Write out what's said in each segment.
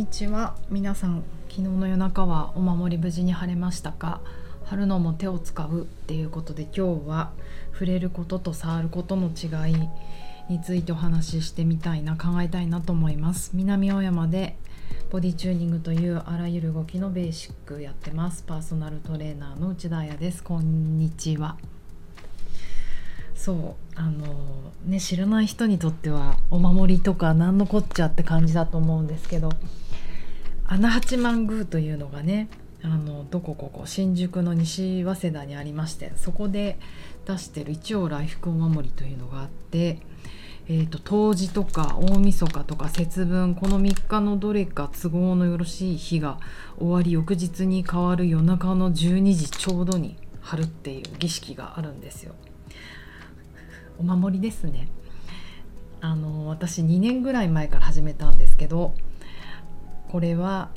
ちは。皆さん、昨日の夜中はお守り無事に晴れましたか？貼るのも手を使うっていうことで、今日は触れることと触ることの違いについてお話ししてみたいな、考えたいなと思います。南青山でボディチューニングというあらゆる動きのベーシックやってます。パーソナルトレーナーの内田彩です。こんにちは。知らない人にとってはお守りとか何のこっちゃって感じだと思うんですけど、穴八幡宮というのがね、ここ新宿の西早稲田にありまして、そこで出してる一応来福お守りというのがあって、冬至とか大晦日とか節分、この3日のどれか都合のよろしい日が終わり、翌日に変わる夜中の12時ちょうどに貼るっていう儀式があるんですよ。お守りですね。私2年ぐらい前から始めたんですけど、これは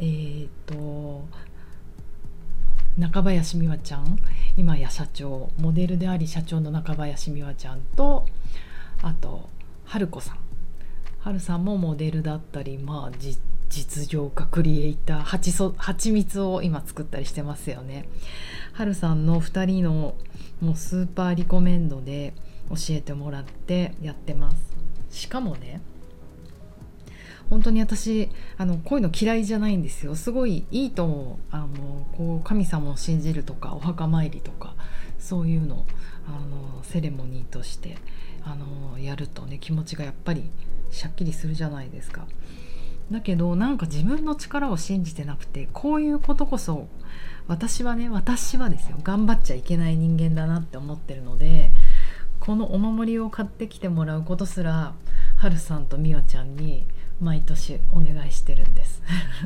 中林美和ちゃん、今や社長、モデルであり社長の中林美和ちゃんと、あと春子さん、春さんもモデルだったり、実業家クリエイター、蜂蜜を今作ったりしてますよね。春さんの2人のもうスーパーリコメンドで教えてもらってやってます。しかもね、本当に私こういうの嫌いじゃないんですよ。すごいいいと思う。こう神様を信じるとかお墓参りとか、そういうのセレモニーとしてやるとね、気持ちがやっぱりしゃっきりするじゃないですか。だけどなんか自分の力を信じてなくて、こういうことこそ私はですよ、頑張っちゃいけない人間だなって思ってるので、このお守りを買ってきてもらうことすらはるさんとみわちゃんに毎年お願いしてるんです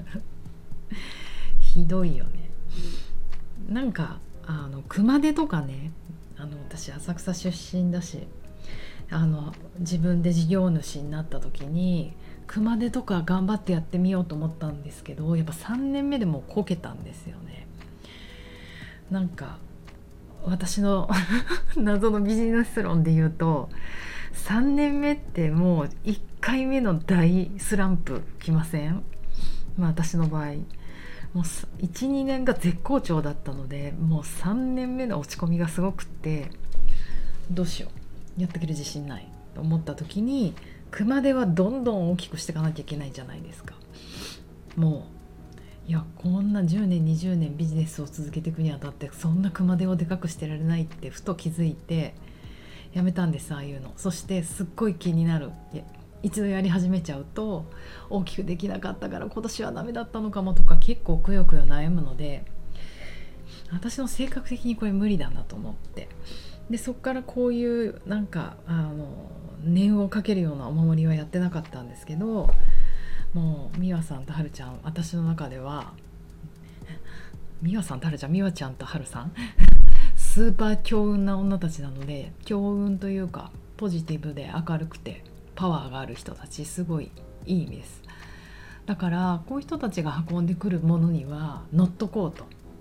ひどいよね。なんか熊手とかね、私浅草出身だし、自分で事業主になった時に熊手とか頑張ってやってみようと思ったんですけど、やっぱ3年目でもうこけたんですよね。なんか私の謎のビジネス論で言うと、3年目ってもう1回目の大スランプきません？私の場合もう 1,2 年が絶好調だったので、もう3年目の落ち込みがすごくって、どうしよう、やっていける自信ないと思った時に、熊手はどんどん大きくしていかなきゃいけないじゃないですか。もうこんな10年20年ビジネスを続けていくにあたって、そんな熊手をでかくしてられないってふと気づいてやめたんです、ああいうの。そしてすっごい気になる、一度やり始めちゃうと大きくできなかったから今年はダメだったのかもとか、結構くよくよ悩むので、私の性格的にこれ無理だなと思って、でそっからこういう念をかけるようなお守りはやってなかったんですけど、もう美和さんとはるちゃん、私の中では美和さんとはるちゃん、美和ちゃんとはるさんスーパー強運な女たちなので、強運というかポジティブで明るくてパワーがある人たち、すごいいい意味です。だからこういう人たちが運んでくるものには乗っとこうと、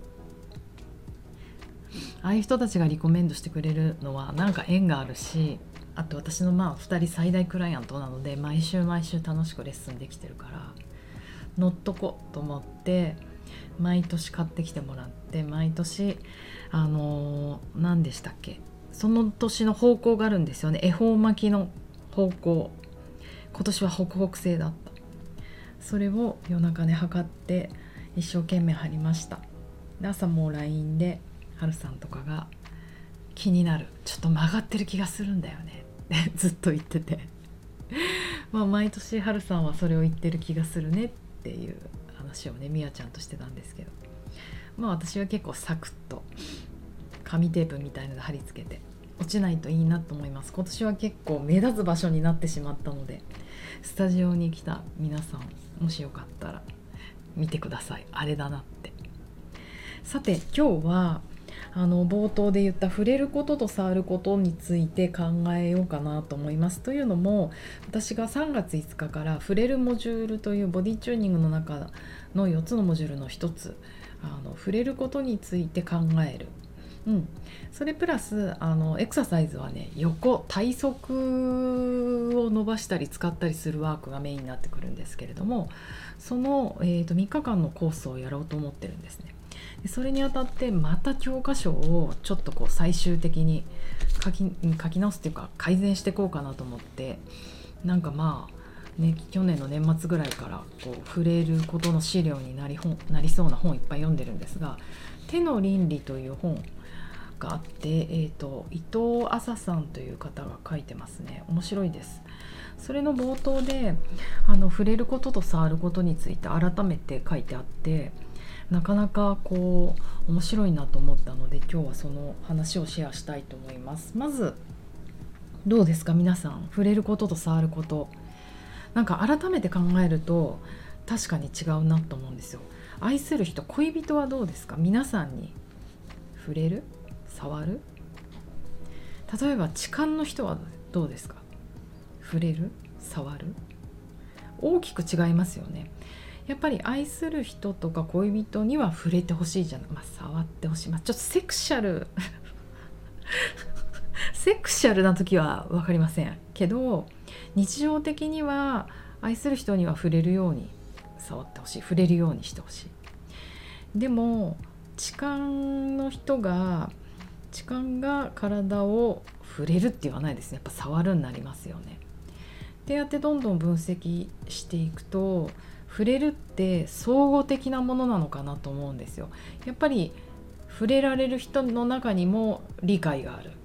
ああいう人たちがリコメンドしてくれるのはなんか縁があるし、あと私の2人最大クライアントなので、毎週楽しくレッスンできてるから乗っとこうと思って毎年買ってきてもらって、毎年何でしたっけ、その年の方向があるんですよね。恵方巻きの方向、今年は北北西だった。それを夜中ね測って一生懸命貼りました。で朝も LINE ではるさんとかが気になる、ちょっと曲がってる気がするんだよねってずっと言ってて毎年はるさんはそれを言ってる気がするねっていう話をね、みやちゃんとしてたんですけど、私は結構サクッと紙テープみたいなので貼り付けて落ちないといいなと思います。今年は結構目立つ場所になってしまったので、スタジオに来た皆さんもしよかったら見てください、あれだなって。さて今日は冒頭で言った触れることと触ることについて考えようかなと思います。というのも、私が3月5日から触れるモジュールというボディチューニングの中の4つのモジュールの1つ、触れることについて考えるうん、それプラスエクササイズはね、横体側を伸ばしたり使ったりするワークがメインになってくるんですけれども、その、3日間のコースをやろうと思ってるんですね。でそれにあたってまた教科書をちょっとこう最終的に書き直すっていうか改善していこうかなと思って、なんかまあね、去年の年末ぐらいからこう触れることの資料になりそうな本いっぱい読んでるんですが、手の倫理という本があって、伊藤麻さんという方が書いてますね。面白いです。それの冒頭で触れることと触ることについて改めて書いてあって、なかなかこう面白いなと思ったので、今日はその話をシェアしたいと思います。まずどうですか皆さん、触れることと触ること、なんか改めて考えると確かに違うなと思うんですよ。愛する人、恋人はどうですか？皆さんに触れる？触る？例えば痴漢の人はどうですか？触れる？触る？大きく違いますよね。やっぱり愛する人とか恋人には触れてほしいじゃない、触ってほしい、ちょっとセクシャルセクシャルな時は分かりませんけど、日常的には愛する人には触れるように触ってほしい、触れるようにしてほしい。でも痴漢の人が痴漢が体を触れるって言わないですね。やっぱ触るになりますよね。でやってどんどん分析していくと、触れるって相互的なものなのかなと思うんですよ。やっぱり触れられる人の中にも理解がある、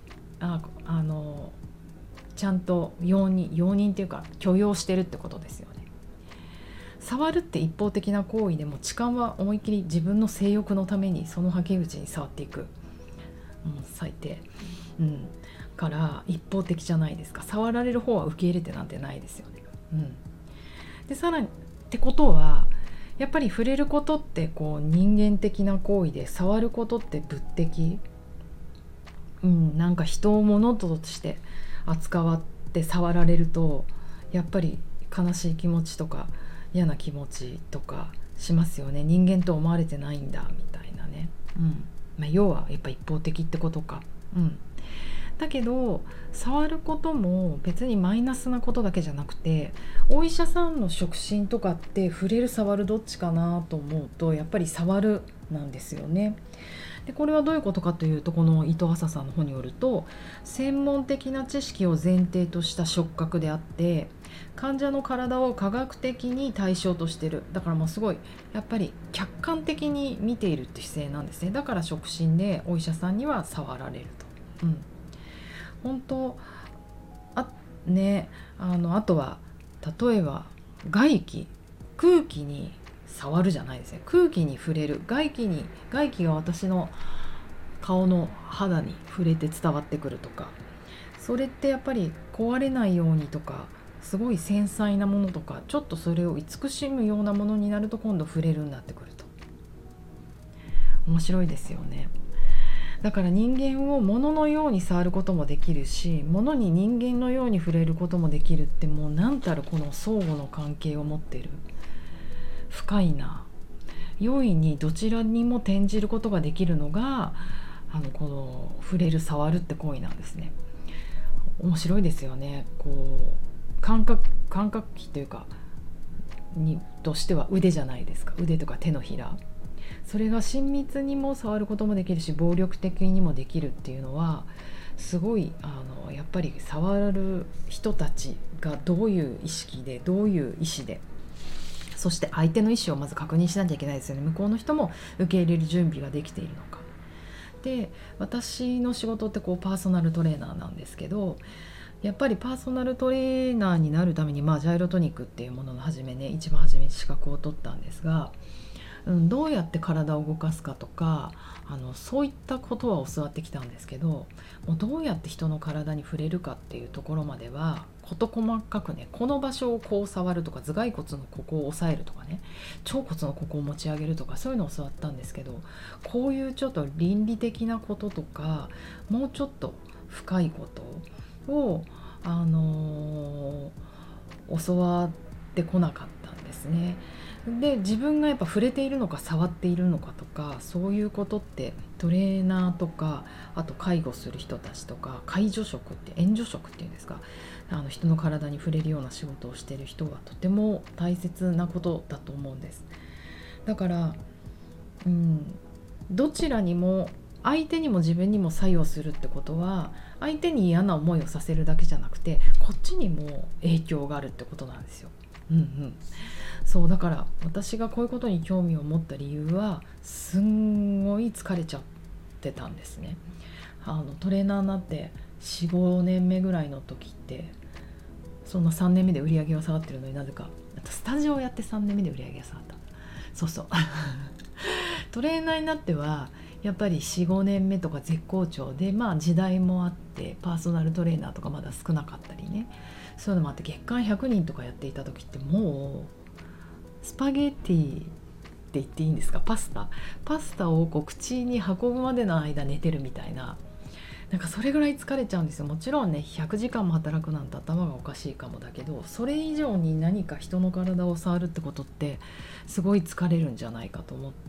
ちゃんと容認っていうか許容してるってことですよね。触るって一方的な行為でも、痴漢は思いっきり自分の性欲のためにそのはけ口に触っていく、最低、から一方的じゃないですか。触られる方は受け入れてなんてないですよね。でさらにってことは、やっぱり触れることってこう人間的な行為で、触ることって物的、なんか人を物として扱わって触られると、やっぱり悲しい気持ちとか嫌な気持ちとかしますよね。人間と思われてないんだみたいなね。要はやっぱ一方的ってことか。だけど触ることも別にマイナスなことだけじゃなくて、お医者さんの触診とかって触れる触るどっちかなと思うと、やっぱり触るなんですよね。でこれはどういうことかというと、この伊藤麻さんの本によると、専門的な知識を前提とした触覚であって、患者の体を科学的に対象としてる。だからもうすごいやっぱり客観的に見ているって姿勢なんですね。だから触診でお医者さんには触られると。本当あとは例えば外気、空気に触るじゃないですね。空気に触れる、外気が私の顔の肌に触れて伝わってくるとか、それってやっぱり壊れないようにとか、すごい繊細なものとか、ちょっとそれを慈しむようなものになると、今度触れるになってくると面白いですよね。だから人間を物のように触ることもできるし、物に人間のように触れることもできるって、もう何たるこの相互の関係を持っている、深いな。容易にどちらにも転じることができるのがこの触れる触るって行為なんですね。面白いですよね。こう感覚器というかとしては腕じゃないですか。腕とか手のひら、それが親密にも触ることもできるし、暴力的にもできるっていうのは、すごいやっぱり触る人たちがどういう意識で、どういう意思で、そして相手の意思をまず確認しなきゃいけないですよね。向こうの人も受け入れる準備ができているのか。で私の仕事ってパーソナルトレーナーなんですけど、やっぱりパーソナルトレーナーになるために、ジャイロトニックっていうものの一番初めに資格を取ったんですが、どうやって体を動かすかとか、そういったことは教わってきたんですけど、もうどうやって人の体に触れるかっていうところまでは事細かくね、この場所をこう触るとか、頭蓋骨のここを押さえるとかね、腸骨のここを持ち上げるとか、そういうのを教わったんですけど、こういうちょっと倫理的なこととか、もうちょっと深いことを、教わってこなかったんですね。 で自分がやっぱ触れているのか触っているのかとか、そういうことってトレーナーとか、あと介護する人たちとか、介助職って援助職っていうんですか、人の体に触れるような仕事をしている人はとても大切なことだと思うんです。だから、どちらにも、相手にも自分にも作用するってことは、相手に嫌な思いをさせるだけじゃなくて、こっちにも影響があるってことなんですよ。そうだから私がこういうことに興味を持った理由は、すんごい疲れちゃってたんですね。トレーナーになって4、5年目ぐらいの時って、そんな3年目で売り上げが下がってるのに、なぜかスタジオをやって3年目で売り上げが下がった。そうトレーナーになってはやっぱり4、5年目とか絶好調で、時代もあってパーソナルトレーナーとかまだ少なかったりね、そういうのもあって、月間100人とかやっていた時って、もうスパゲッティって言っていいんですか、パスタをこう口に運ぶまでの間寝てるみたいな、なんかそれぐらい疲れちゃうんですよ。もちろんね、100時間も働くなんて頭がおかしいかもだけど、それ以上に何か人の体を触るってことってすごい疲れるんじゃないかと思って、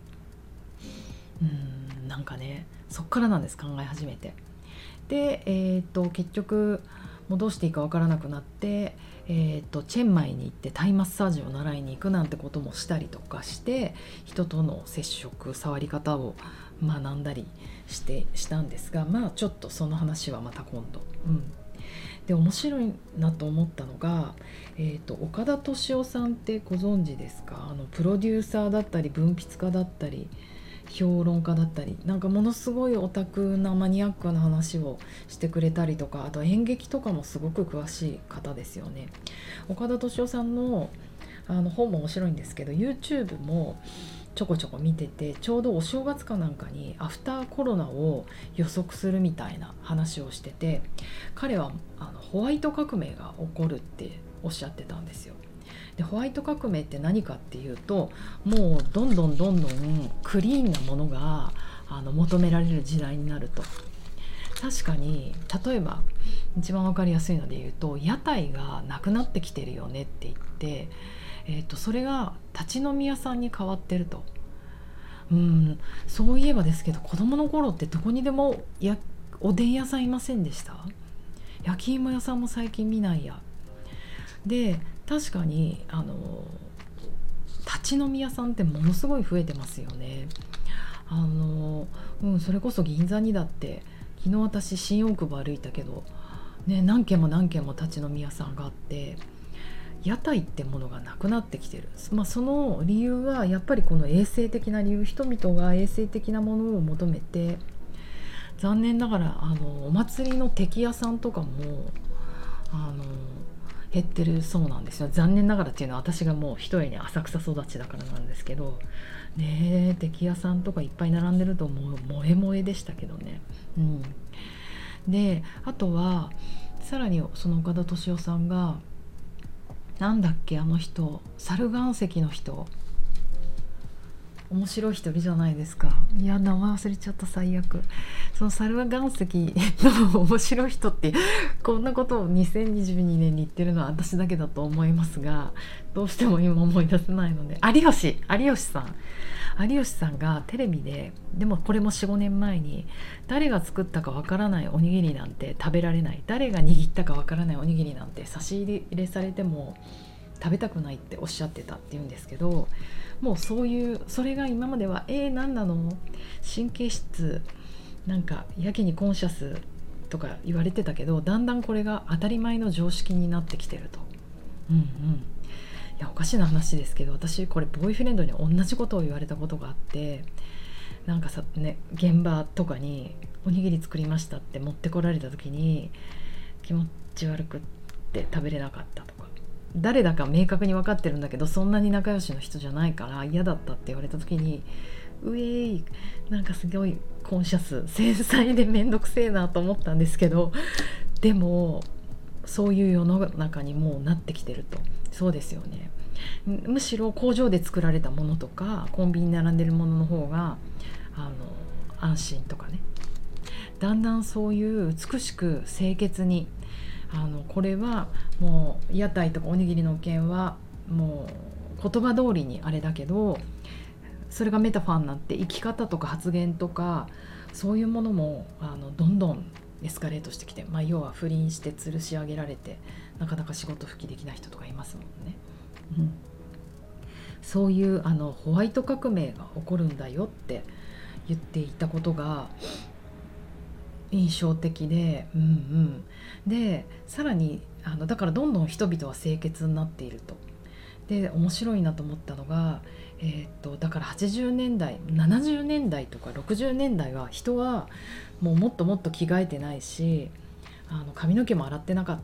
なんかね、そっからなんです、考え始めて。で、結局もうどうしていいかわからなくなって、チェンマイに行ってタイマッサージを習いに行くなんてこともしたりとかして、人との接触、触り方を学んだりしたんですが、ちょっとその話はまた今度。で面白いなと思ったのが、岡田敏夫さんってご存知ですか？プロデューサーだったり文筆家だったり評論家だったり、なんかものすごいオタクなマニアックな話をしてくれたりとか、あと演劇とかもすごく詳しい方ですよね。岡田敏夫さんの本も面白いんですけど、 YouTube もちょこちょこ見てて、ちょうどお正月かなんかにアフターコロナを予測するみたいな話をしてて、彼はホワイト革命が起こるっておっしゃってたんですよ。でホワイト革命って何かっていうと、もうどんどんクリーンなものが求められる時代になると。確かに、例えば一番わかりやすいので言うと、屋台がなくなってきてるよねって言って、それが立ち飲み屋さんに変わってると。そういえばですけど、子供の頃ってどこにでもおでん屋さんいませんでした？焼き芋屋さんも最近見ないや。で確かに立ち飲み屋さんってものすごい増えてますよね。それこそ銀座にだって、昨日私新大久保歩いたけど、何軒も立ち飲み屋さんがあって、屋台ってものがなくなってきてる。その理由はやっぱりこの衛生的な理由、人々が衛生的なものを求めて、残念ながらお祭りの敵屋さんとかも減ってるそうなんですよ。残念ながらっていうのは、私がもう一重に浅草育ちだからなんですけどね、敵屋さんとかいっぱい並んでるともう萌え萌えでしたけどね。であとはさらにその岡田敏夫さんが、なんだっけ、あの人、猿岩石の人、面白い人いるじゃないですか。いや、名前忘れちゃった、最悪。その猿岩石の面白い人ってこんなことを2022年に言ってるのは私だけだと思いますが、どうしても今思い出せないので、有吉さんがテレビで、でもこれも 4,5 年前に、誰が作ったかわからないおにぎりなんて食べられない、誰が握ったかわからないおにぎりなんて差し入れされても食べたくないっておっしゃってたっていうんですけど、もうそれが今までは何なの、神経質、なんかやけにコンシャスとか言われてたけど、だんだんこれが当たり前の常識になってきてると。いや、おかしな話ですけど、私これボーイフレンドに同じことを言われたことがあって、なんかさね、現場とかにおにぎり作りましたって持ってこられた時に、気持ち悪くって食べれなかったとか、誰だか明確に分かってるんだけど、そんなに仲良しの人じゃないから嫌だったって言われた時に、なんかすごいコンシャス、繊細でめんどくせえなと思ったんですけど、でもそういう世の中にもうなってきてると。そうですよね。むしろ工場で作られたものとかコンビニに並んでるものの方が安心とかね、だんだんそういう美しく清潔に、これはもう屋台とかおにぎりの件はも言葉通りにあれだけど、それがメタファーになって生き方とか発言とかそういうものもどんどんエスカレートしてきて、要は不倫して吊るし上げられてなかなか仕事復帰できない人とかいますもんね。そういうホワイト革命が起こるんだよって言っていたことが印象的で、でさらにだからどんどん人々は清潔になっていると。で面白いなと思ったのが、だから80年代70年代とか60年代は人はもうもっともっと着替えてないし髪の毛も洗ってなかった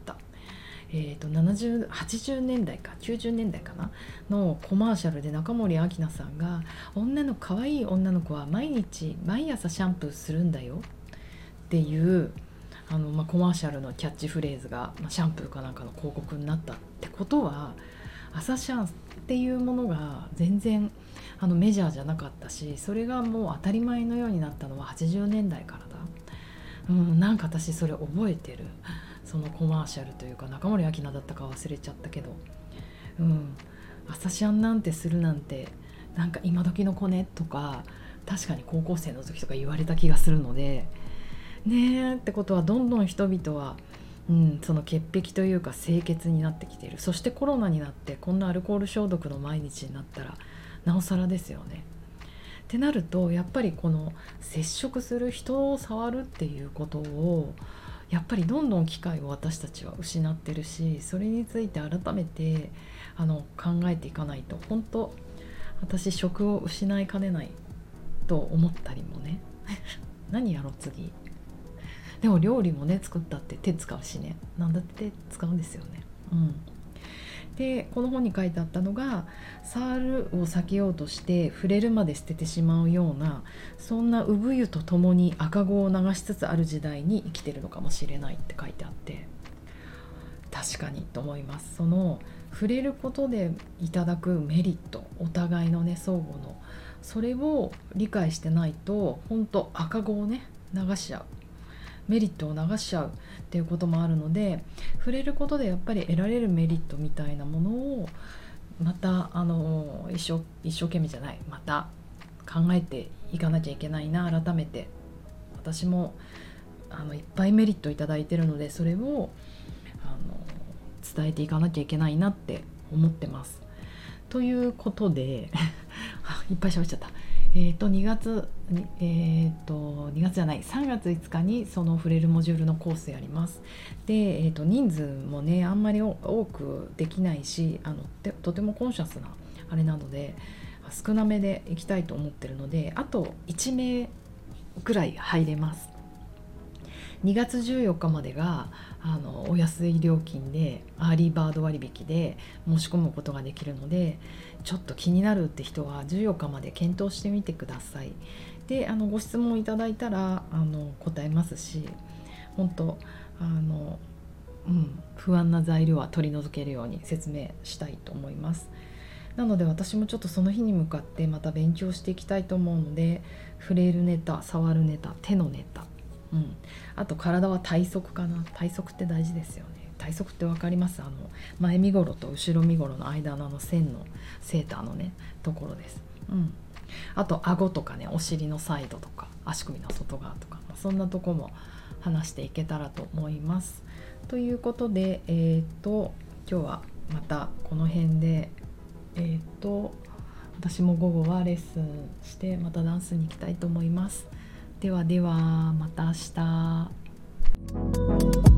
。80年代か90年代かなのコマーシャルで中森明菜さんが可愛い女の子は毎朝シャンプーするんだよっていうコマーシャルのキャッチフレーズが、シャンプーかなんかの広告になったってことは、朝シャンっていうものが全然メジャーじゃなかったし、それがもう当たり前のようになったのは80年代からだ。なんか私それ覚えてる。そのコマーシャルというか、中森明菜だったか忘れちゃったけど、朝シャンなんてするなんてなんか今時の子ねとか、確かに高校生の時とか言われた気がするのでね。ってことはどんどん人々は、その潔癖というか清潔になってきている。そしてコロナになってこんなアルコール消毒の毎日になったらなおさらですよね。ってなるとやっぱりこの接触する、人を触るっていうことをやっぱりどんどん機会を私たちは失ってるし、それについて改めて考えていかないと、本当私職を失いかねないと思ったりもね何やろう次。でも料理もね作ったって手使うしね、なんだって手使うんですよね。でこの本に書いてあったのが、触るを避けようとして触れるまで捨ててしまうような、そんな産湯とともに赤子を流しつつある時代に生きてるのかもしれないって書いてあって、確かにと思います。その触れることでいただくメリット、お互いのね相互の、それを理解してないと本当赤子をね流しちゃう、メリットを流しちゃうっていうこともあるので、触れることでやっぱり得られるメリットみたいなものをまた一生懸命じゃない、また考えていかなきゃいけないな。改めて私もいっぱいメリットいただいてるので、それを伝えていかなきゃいけないなって思ってます。ということでいっぱい喋っちゃった。2月じゃない3月5日にその触れるモジュールのコースやります。で、人数もねあんまり多くできないし、とてもコンシャスなあれなので少なめで行きたいと思ってるので、あと1名くらい入れます。2月14日までがお安い料金でアーリーバード割引で申し込むことができるので、ちょっと気になるって人は14日まで検討してみてください。でご質問いただいたら答えますし、本当不安な材料は取り除けるように説明したいと思います。なので私もちょっとその日に向かってまた勉強していきたいと思うので、触れるネタ、触るネタ、手のネタ、あと体は体側かな。体側って大事ですよね。体側って分かります？前身頃と後ろ身頃の間の線のセーターのねところです。あと顎とかね、お尻のサイドとか足首の外側とか、そんなとこも話していけたらと思います。ということで今日はまたこの辺で私も午後はレッスンしてまたダンスに行きたいと思います。ではではまた明日。